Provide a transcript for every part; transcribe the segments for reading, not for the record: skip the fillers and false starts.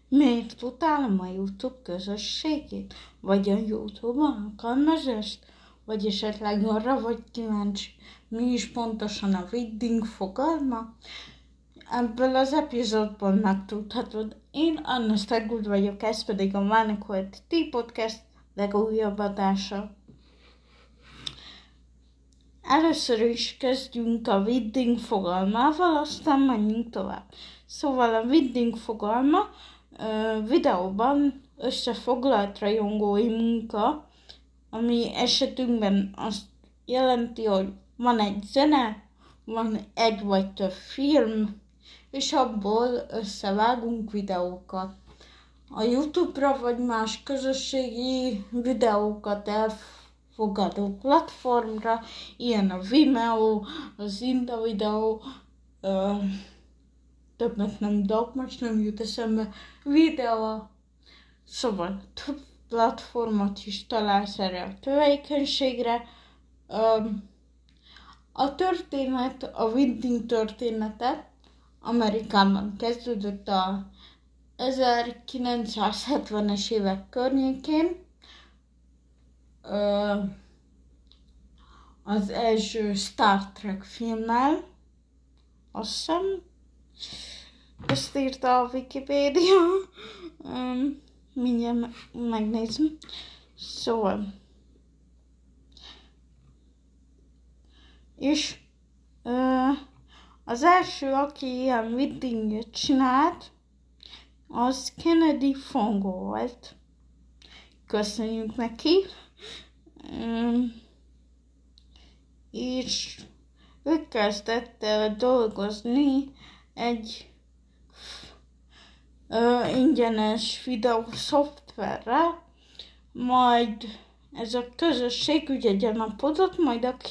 Miért utálom a YouTube közösségét? Vagy a YouTube alkalmazást? Vagy esetleg arra vagy kíváncsi, mi is pontosan a wedding fogalma? Ebből az epizódból megtudhatod. Én Anna Sztegud vagyok, ez pedig a Mánikolt Tea Podcast legújabb adása. Először is kezdjünk a wedding fogalmával, aztán menjünk tovább. Szóval a wedding fogalma videóban összefoglalt rajongói munka, ami esetünkben azt jelenti, hogy van egy zene, van egy vagy több film, és abból összevágunk videókat. A YouTube-ra vagy más közösségi videókat elfogadó platformra, ilyen a Vimeo, az Inda Video, többet nem dobok, most nem jut eszembe, videó. Szóval több platformot is találsz erre a tevékenységre. A történet, a wedding története Amerikában kezdődött a 1970-es évek környékén. Az első Star Trek filmmel, azt hiszem, ezt írta a Wikipédia, mindjárt megnézem. Szóval, és az első, aki ilyen weddinget csinált, az Kennedy Fongo volt. Köszönjük neki. És ő kezdett dolgozni egy ingyenes videószoftverre, majd ez a közösség ugye gyarapodott, majd a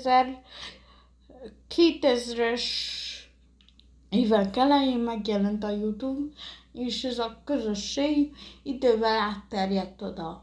2000-es évek elején megjelent a YouTube, és ez a közösség idővel átterjedt oda.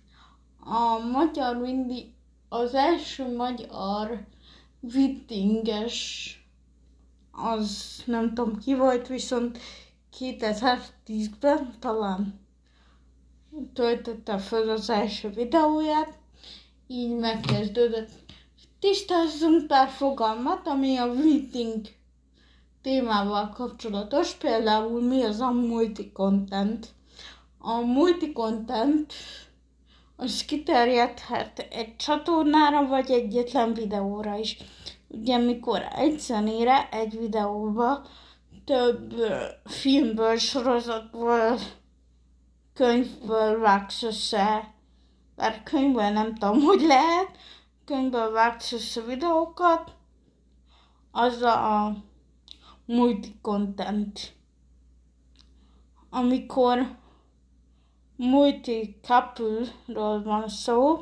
Az első magyar weddinges, az nem tudom ki volt, viszont 2010-ben talán töltötte fel az első videóját, így megkezdődött. Tisztázzunk pár fogalmat, ami a wedding témával kapcsolatos, például mi az a multi-content. A multi-content az kiterjedhet egy csatornára, vagy egyetlen videóra is. Ugye, mikor egy zenére, egy videóba, több filmből, sorozatból, könyvből vágsz össze, bár könyvből nem tudom, hogy lehet, könyvből vágsz össze videókat, az a multi-content. Amikor multi-couple-ról van szó,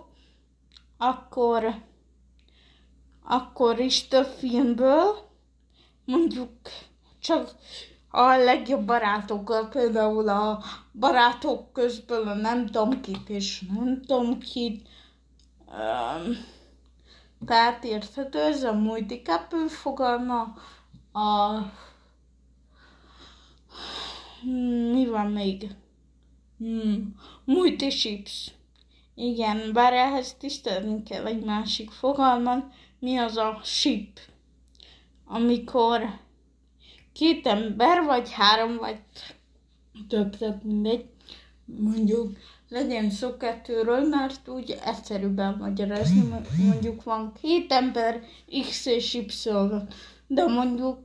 akkor is több filmből, mondjuk csak a legjobb barátokkal, például a barátok közből a nem tudom kit és nem tudom kit. Tehát érthető ez a multi-couple fogalma. Mi van még? Multi-ships. Igen, bár ehhez tisztelni kell egy másik fogalmat. Mi az a ship? Amikor két ember, vagy három, vagy több mindegy, mondjuk legyen szó kettőről, mert úgy egyszerűbb elmagyarázni, mondjuk van két ember, X és Y, de mondjuk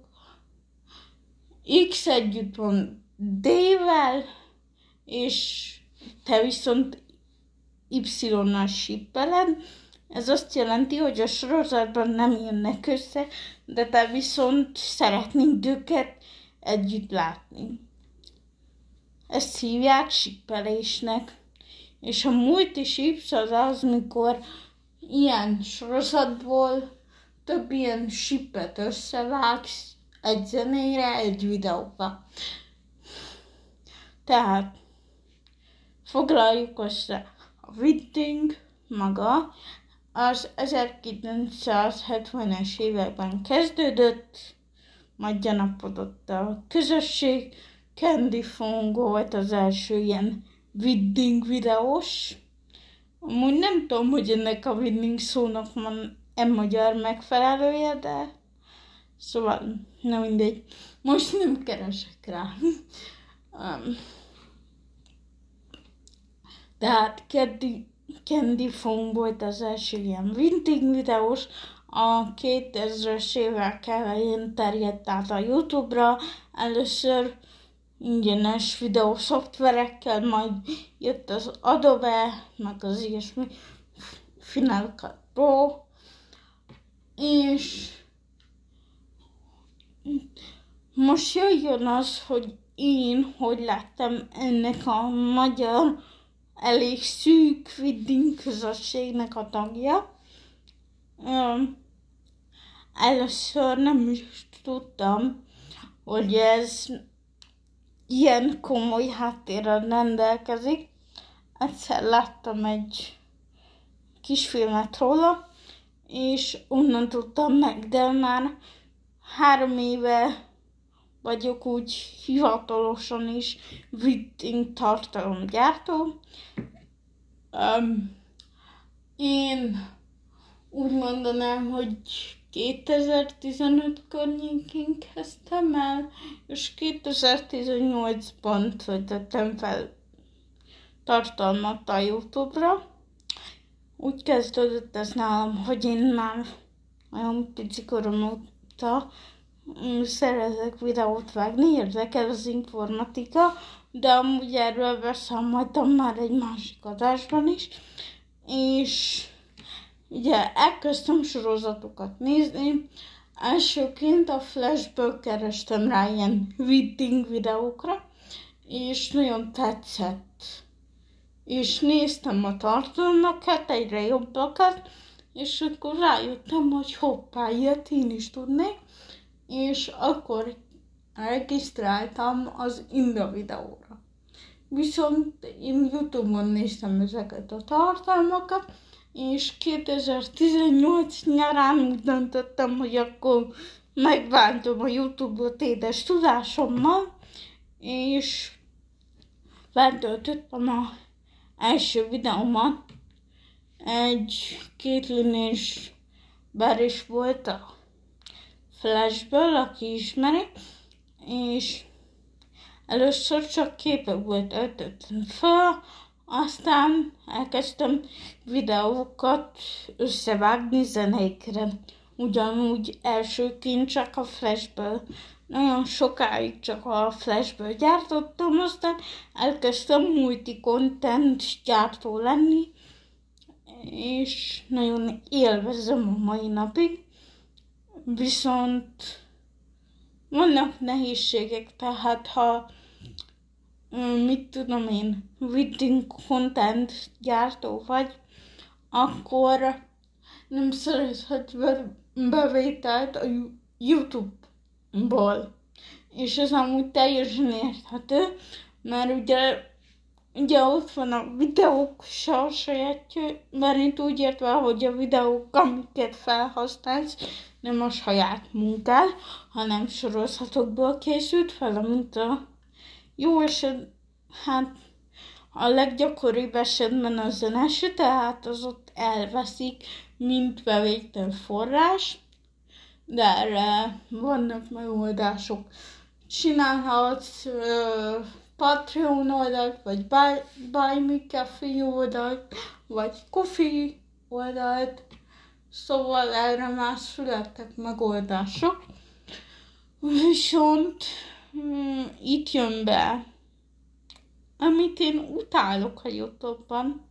X együtt van D-vel, és te viszont Y-nal shippeled. Ez azt jelenti, hogy a sorozatban nem jönnek össze, de te viszont szeretnéd őket együtt látni. Ezt hívják shippelésnek. És a multi-ships az, mikor ilyen sorozatból több ilyen shippet összevágsz egy zenére, egy videóba. Tehát foglaljuk össze. A wedding maga az 1970-es években kezdődött, majd gyarapodott a közösség, Candy Fongo volt az első ilyen wedding videós. Amúgy nem tudom, hogy ennek a wedding szónak van magyar megfelelője, de szóval, na mindegy. Most nem keresek rá. Tehát Candy Phone volt az első ilyen wedding videós, a 2000-es évek elején terjedt át a YouTube-ra, először ingyenes videószoftverekkel, majd jött az Adobe, meg az ilyesmi, Final Cut Pro, és most jöjjön az, hogy én hogy lettem ennek a magyar elég szűk wedding közösségnek a tagja. Először nem is tudtam, hogy ez ilyen komoly háttérrel rendelkezik. Egyszer láttam egy kis filmet róla, és onnan tudtam meg, de már 3 éve vagyok úgy hivatalosan is wedding tartalomgyártó. Én úgy mondanám, hogy 2015 környékén kezdtem el, és 2018-ban töltöttem fel tartalmat a YouTube-ra. Úgy kezdődött ez nálam, hogy én már nagyon pici korom óta szeretek videót vágni, érdekel az informatika, de amúgy erről beszámoltam már egy másik adásban is, és ugye elkezdtem sorozatokat nézni. Elsőként a Flashből kerestem rá ilyen wedding videókra, és nagyon tetszett. És néztem a tartalmakat, egyre jobbakat, és akkor rájöttem, hogy hoppá, ilyet én is tudnék, és akkor regisztráltam az Inda videóra. Viszont én YouTube-on néztem ezeket a tartalmakat, és 2018 nyarán úgy döntöttem, hogy akkor megváltom a YouTube-ot édes tudásommal, és feltöltöttem az első videómat. Egy kétlinés is volt a Flashből, aki ismeri, és először csak képekből töltöttem fel, aztán elkezdtem videókat összevágni zenékre. Ugyanúgy elsőként csak a Flashből. Nagyon sokáig csak a Flashből gyártottam, aztán elkezdtem multi-content gyártó lenni, és nagyon élvezem a mai napig. Viszont vannak nehézségek, tehát ha mit tudom én, wedding content gyártó vagy, akkor nem szerezhetsz bevételt a YouTube-ból. És ez amúgy teljesen érthető, mert ugye ott van a videók sajátja, mert itt úgy értve, hogy a videók, amiket felhasználsz, nem a saját munkád, hanem sorozatokból készült fel, mint a jó eset, hát a leggyakoribb esetben a zenese, tehát az ott elveszik, mint bevétel forrás, de erre vannak megoldások. Csinálhatsz Patreon oldalt, vagy Buy Me Coffee oldalt, vagy Coffee oldalt, szóval erre már születtek megoldások. Viszont itt jön be, amit én utálok a YouTube-ban,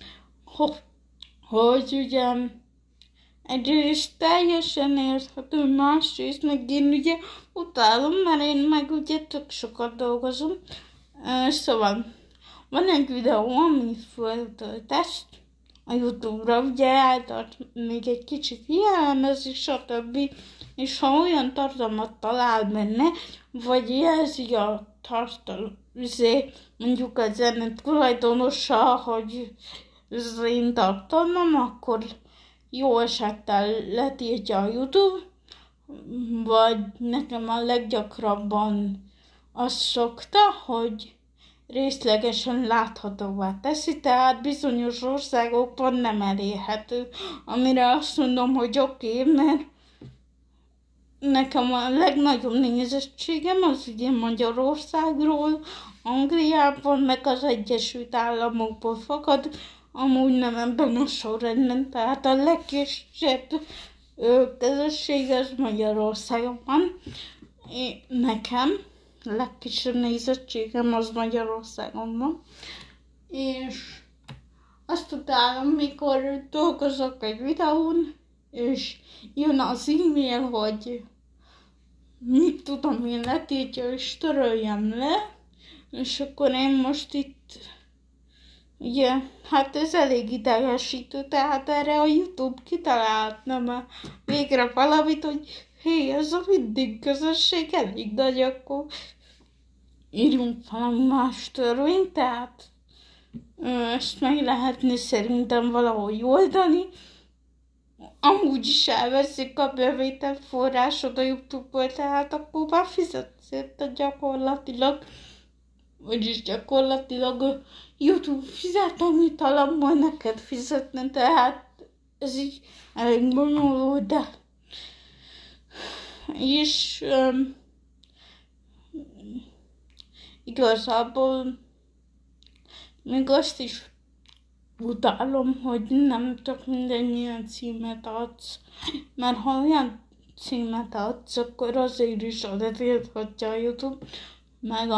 hogy ugye egyrészt teljesen érthető, másrészt meg én ugye utálom, mert én meg ugye tök sokat dolgozom. Szóval van egy videó, ami föltöltesz a YouTube-ra, ugye eltart még egy kicsit jellemezi, stb. És ha olyan tartalmat talál benne, vagy jelzi a mondjuk a zene tulajdonosa, hogy ez az én tartalmam, akkor jó esettel letiltja a YouTube, vagy nekem a leggyakrabban azt szokta, hogy részlegesen láthatóvá teszi, tehát bizonyos országokban nem elérhető, amire azt mondom, hogy oké, mert nekem a legnagyobb nézettségem az ugye Magyarországról, Angliában, meg az Egyesült Államokból fakad, amúgy nem ebben a sorrendben, tehát a legkisebb közösség az Magyarországon van. Nekem a legkisebb nézettségem az Magyarországon van, és azt utálom, mikor dolgozok egy videón, és jön az e-mail, hogy mit tudom én, letiltja és töröljem le, és akkor én most itt, ugye, hát ez elég idegesítő, tehát erre a YouTube kitalálhatna már végre valamit, hogy hé, ez a mindig közösség elég nagy, akkor írjunk valami más törvényt, tehát ezt meg lehetne szerintem valahogy oldani. Amúgy is elveszik a bevételforrásod a YouTube-ból, tehát akkor már fizetsz érte gyakorlatilag. Vagyis gyakorlatilag a YouTube fizet, amit alapból neked fizetne, tehát ez így elég bonyolult, de és igazából még azt is utálom, hogy nem csak minden címet adsz, mert ha olyan címet adsz, akkor azért is odatilthatja a YouTube, meg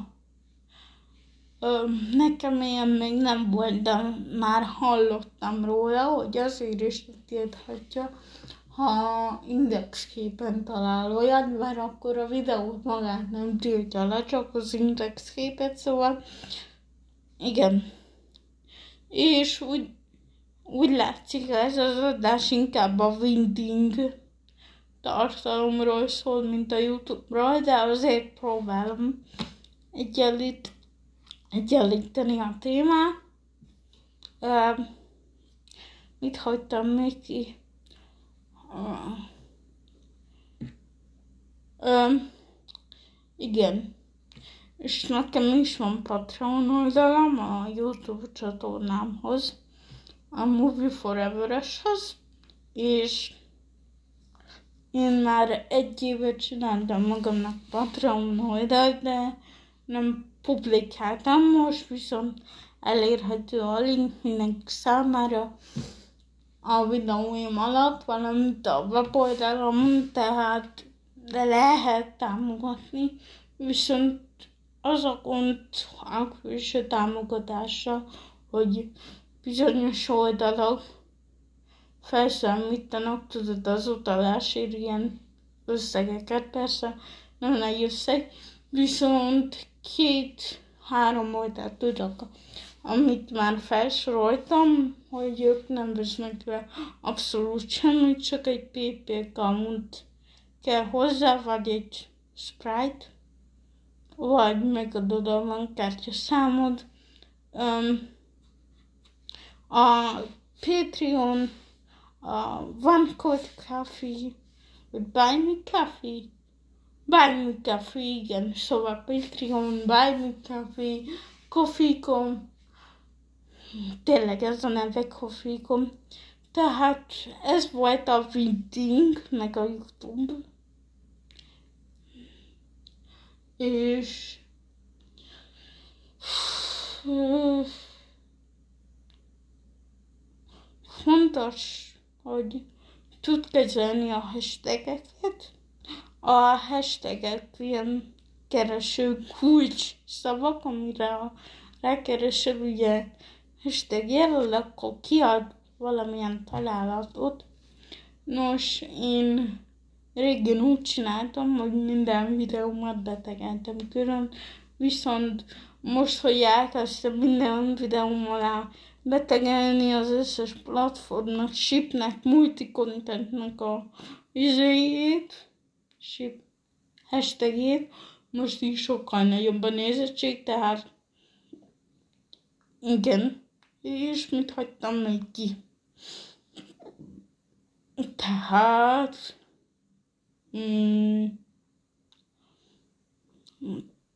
nekem ilyen még nem volt, de már hallottam róla, hogy azért is tilthatja, ha indexképen talál olyan, mert akkor a videót magát nem tiltja le, csak az indexképet, szóval igen. És úgy látszik, ez az adás inkább a winding tartalomról szól, mint a YouTube-ról, de azért próbálom egyenlíteni a témát. Mit hagytam még ki? Igen. És nekem is van Patreon oldalam a YouTube csatornámhoz, a Movie Forever-eshez, és én már 1 évet csináltam magamnak Patreon oldalt, de nem publikáltam, most viszont elérhető a link mindenki számára a videóim alatt, valamint a weboldalon, tehát de lehet támogatni, viszont az a gond a külső támogatása, hogy bizonyos oldalak felszámítanak, tudod, az utalásért ilyen összegeket, persze nem nagy összeg, viszont 2-3 oldalt tudok, amit már felsoroltam, hogy ők nem vesznek le abszolút semmit, csak egy PP account kell hozzá, vagy egy Sprite, vagy megadod a bankkártya számod. A Patreon, a One Cold Coffee, vagy Buy Me Coffee. Buy Me Coffee, igen, szóval Patreon, Buy Me Coffee, Coffee.com, tényleg ez a neve Coffee.com. Tehát ez volt a Winding, meg a YouTube. És fontos, hogy tud kezelni a hashtageket. A hashtagek ilyen kereső kulcs szavak, amire rákeresel, ugye hashtag jelöl, akkor kiad valamilyen találatot. Nos, én régen úgy csináltam, hogy minden videómat betegeltem külön, viszont most, hogy elkezdtem minden videóm alá betegelni az összes platformnak, shipnek, multikontentnek a ship hashtagjét, most így sokkal nagyobb a nézettség, tehát igen. És mit hagytam még ki? Tehát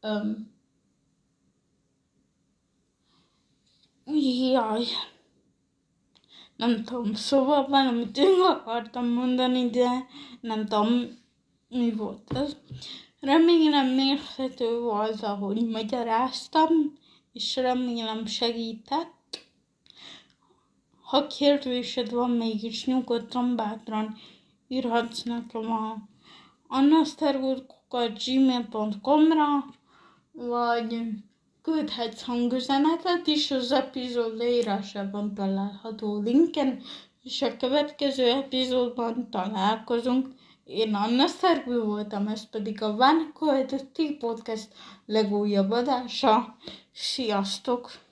Jaj, nem tudom, szóval valamit én akartam mondani, de nem tudom, mi volt ez. Remélem érthető volt, ahogy magyaráztam, és remélem segített. Ha kérdésed van mégis, nyugodtan, bátran írhatsz nekem a anasztergurkukat@gmail.com-ra, vagy küldhetsz hangüzenetet is az epizód leírásában található linken, és a következő epizódban találkozunk. Én Anna Szergő voltam, ez pedig a One Cold Tea Podcast legújabb adása. Sziasztok!